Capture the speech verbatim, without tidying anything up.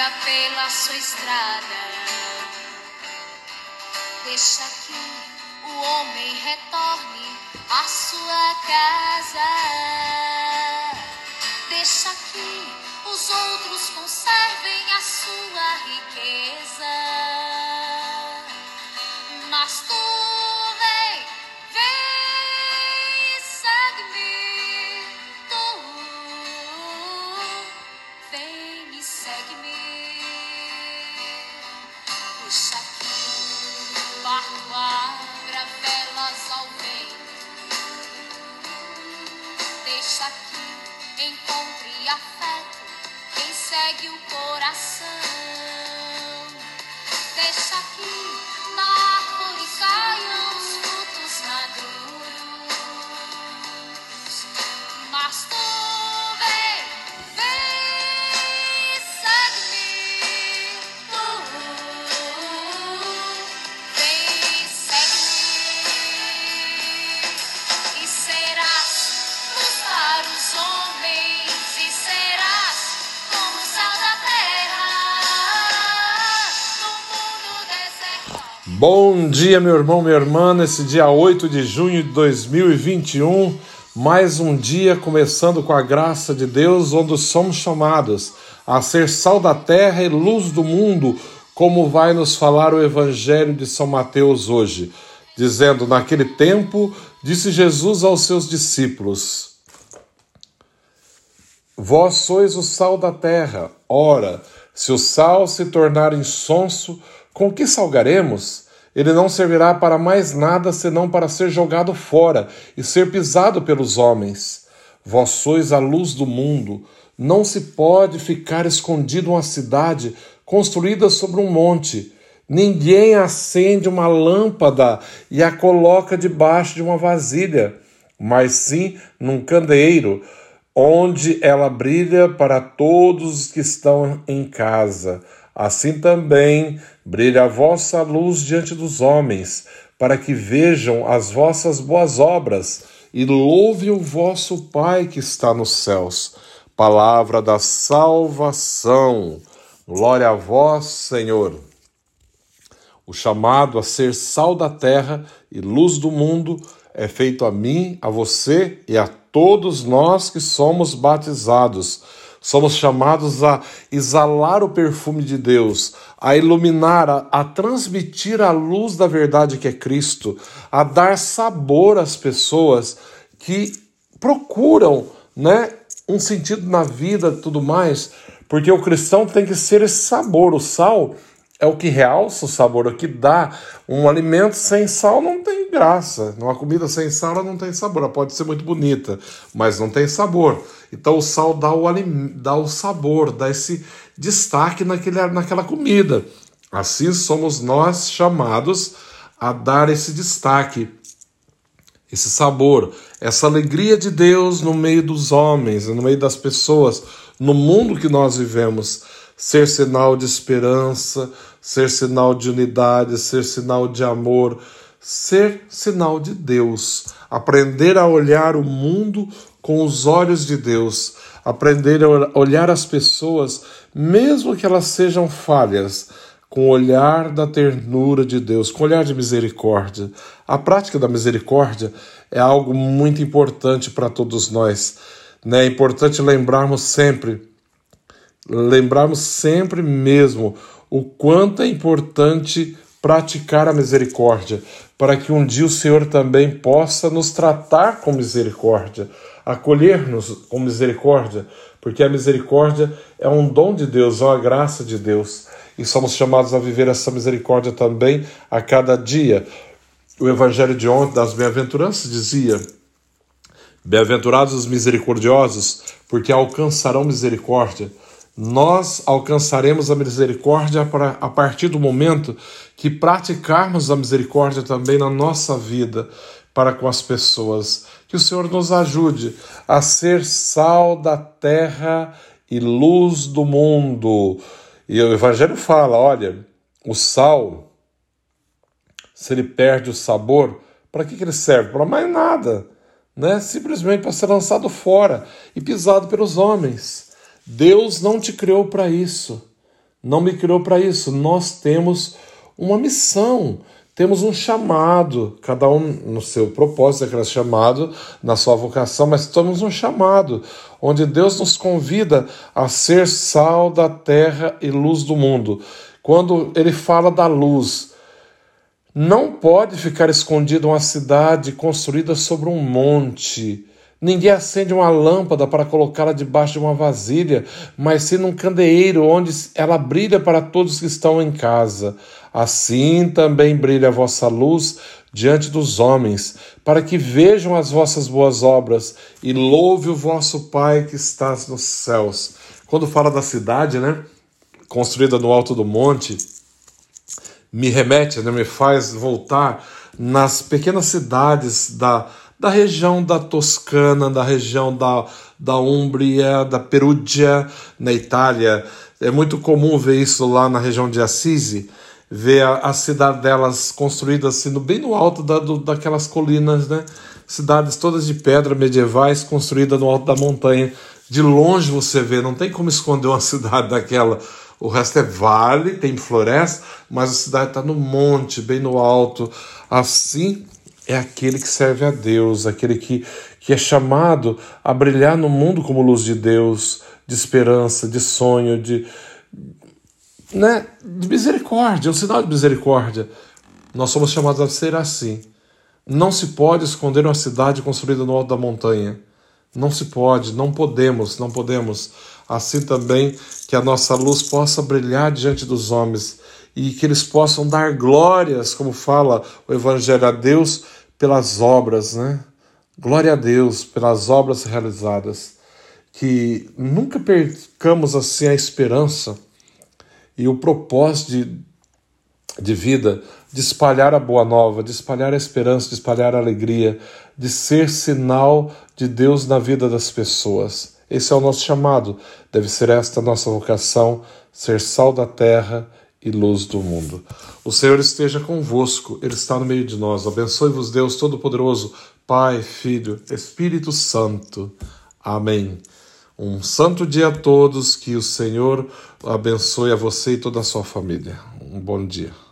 anda pela sua estrada, deixa que o homem retorne à sua casa. Deixa que os outros conservem a sua riqueza. Mas tu vem, vem e segue-me. Tu vem e segue-me. Deixa que o barco abra velas ao vento. Deixa que encontre afeto quem segue o coração. Deixa que na árvore caiam os frutos maduros. Mas tu vem, vem e segue-me. Tu vem e segue-me. E serás luz para os homens, e serás como o sal da terra no mundo deserto. Bom dia, meu irmão, minha irmã, nesse dia oito de junho de dois mil e vinte e um, mais um dia começando com a graça de Deus, onde somos chamados a ser sal da terra e luz do mundo, como vai nos falar o Evangelho de São Mateus hoje, dizendo: naquele tempo, disse Jesus aos seus discípulos: vós sois o sal da terra. Ora, se o sal se tornar insonso, com que salgaremos? Ele não servirá para mais nada, senão para ser jogado fora e ser pisado pelos homens. Vós sois a luz do mundo. Não se pode ficar escondido uma cidade construída sobre um monte. Ninguém acende uma lâmpada e a coloca debaixo de uma vasilha, mas sim num candeeiro, onde ela brilha para todos os que estão em casa. Assim também brilha a vossa luz diante dos homens, para que vejam as vossas boas obras e louvem o vosso Pai que está nos céus. Palavra da salvação. Glória a vós, Senhor. O chamado a ser sal da terra e luz do mundo é feito a mim, a você e a todos nós que somos batizados. Somos chamados a exalar o perfume de Deus, a iluminar, a, a transmitir a luz da verdade que é Cristo, a dar sabor às pessoas que procuram, né, um sentido na vida e tudo mais, porque o cristão tem que ser esse sabor. O sal é o que realça o sabor, é o que dá. Um alimento sem sal não tem graça. Uma comida sem sal ela não tem sabor. Ela pode ser muito bonita, mas não tem sabor. Então o sal dá o, alim... dá o sabor, dá esse destaque naquele... naquela comida. Assim somos nós chamados a dar esse destaque, esse sabor, essa alegria de Deus no meio dos homens, no meio das pessoas, no mundo que nós vivemos. Ser sinal de esperança, ser sinal de unidade, ser sinal de amor, ser sinal de Deus. Aprender a olhar o mundo com os olhos de Deus, aprender a olhar as pessoas, mesmo que elas sejam falhas, com o olhar da ternura de Deus, com o olhar de misericórdia. A prática da misericórdia é algo muito importante para todos nós, né? É importante lembrarmos sempre Lembrarmos sempre mesmo o quanto é importante praticar a misericórdia, para que um dia o Senhor também possa nos tratar com misericórdia, acolher-nos com misericórdia, porque a misericórdia é um dom de Deus, é uma graça de Deus, e somos chamados a viver essa misericórdia também a cada dia. O Evangelho de ontem das Bem-aventuranças dizia: bem-aventurados os misericordiosos, porque alcançarão misericórdia. Nós alcançaremos a misericórdia a partir do momento que praticarmos a misericórdia também na nossa vida para com as pessoas. Que o Senhor nos ajude a ser sal da terra e luz do mundo. E o Evangelho fala, olha, o sal, se ele perde o sabor, para que, que ele serve? Para mais nada, né? Simplesmente para ser lançado fora e pisado pelos homens. Deus não te criou para isso. não me criou para isso. Nós temos uma missão, temos um chamado, cada um no seu propósito, aquele chamado, na sua vocação, mas temos um chamado, onde Deus nos convida a ser sal da terra e luz do mundo. Quando ele fala da luz, não pode ficar escondida uma cidade construída sobre um monte. Ninguém acende uma lâmpada para colocá-la debaixo de uma vasilha, mas sim num candeeiro onde ela brilha para todos que estão em casa. Assim também brilha a vossa luz diante dos homens, para que vejam as vossas boas obras e louve o vosso Pai que está nos céus. Quando fala da cidade, né, construída no alto do monte, me remete, né, me faz voltar nas pequenas cidades da da região da Toscana, da região da, da Úmbria, da Perugia, na Itália. É muito comum ver isso lá na região de Assisi, ver a, a cidade delas construída assim, no, bem no alto da, do, daquelas colinas, né? Cidades todas de pedra medievais, construídas no alto da montanha. De longe você vê, não tem como esconder uma cidade daquela. O resto é vale, tem floresta, mas a cidade está no monte, bem no alto. Assim é aquele que serve a Deus, aquele que, que é chamado a brilhar no mundo como luz de Deus, de esperança, de sonho, de, né, de misericórdia, um sinal de misericórdia. Nós somos chamados a ser assim. Não se pode esconder uma cidade construída no alto da montanha. Não se pode, não podemos, não podemos. Assim também que a nossa luz possa brilhar diante dos homens e que eles possam dar glórias, como fala o Evangelho, a Deus pelas obras, né? Glória a Deus pelas obras realizadas. Que nunca percamos assim a esperança e o propósito de, de vida, de espalhar a boa nova, de espalhar a esperança, de espalhar a alegria, de ser sinal de Deus na vida das pessoas. Esse é o nosso chamado. Deve ser esta a nossa vocação, ser sal da terra e luz do mundo. O Senhor esteja convosco, Ele está no meio de nós. Abençoe-vos Deus Todo-Poderoso, Pai, Filho, Espírito Santo. Amém. Um santo dia a todos, que o Senhor abençoe a você e toda a sua família. Um bom dia.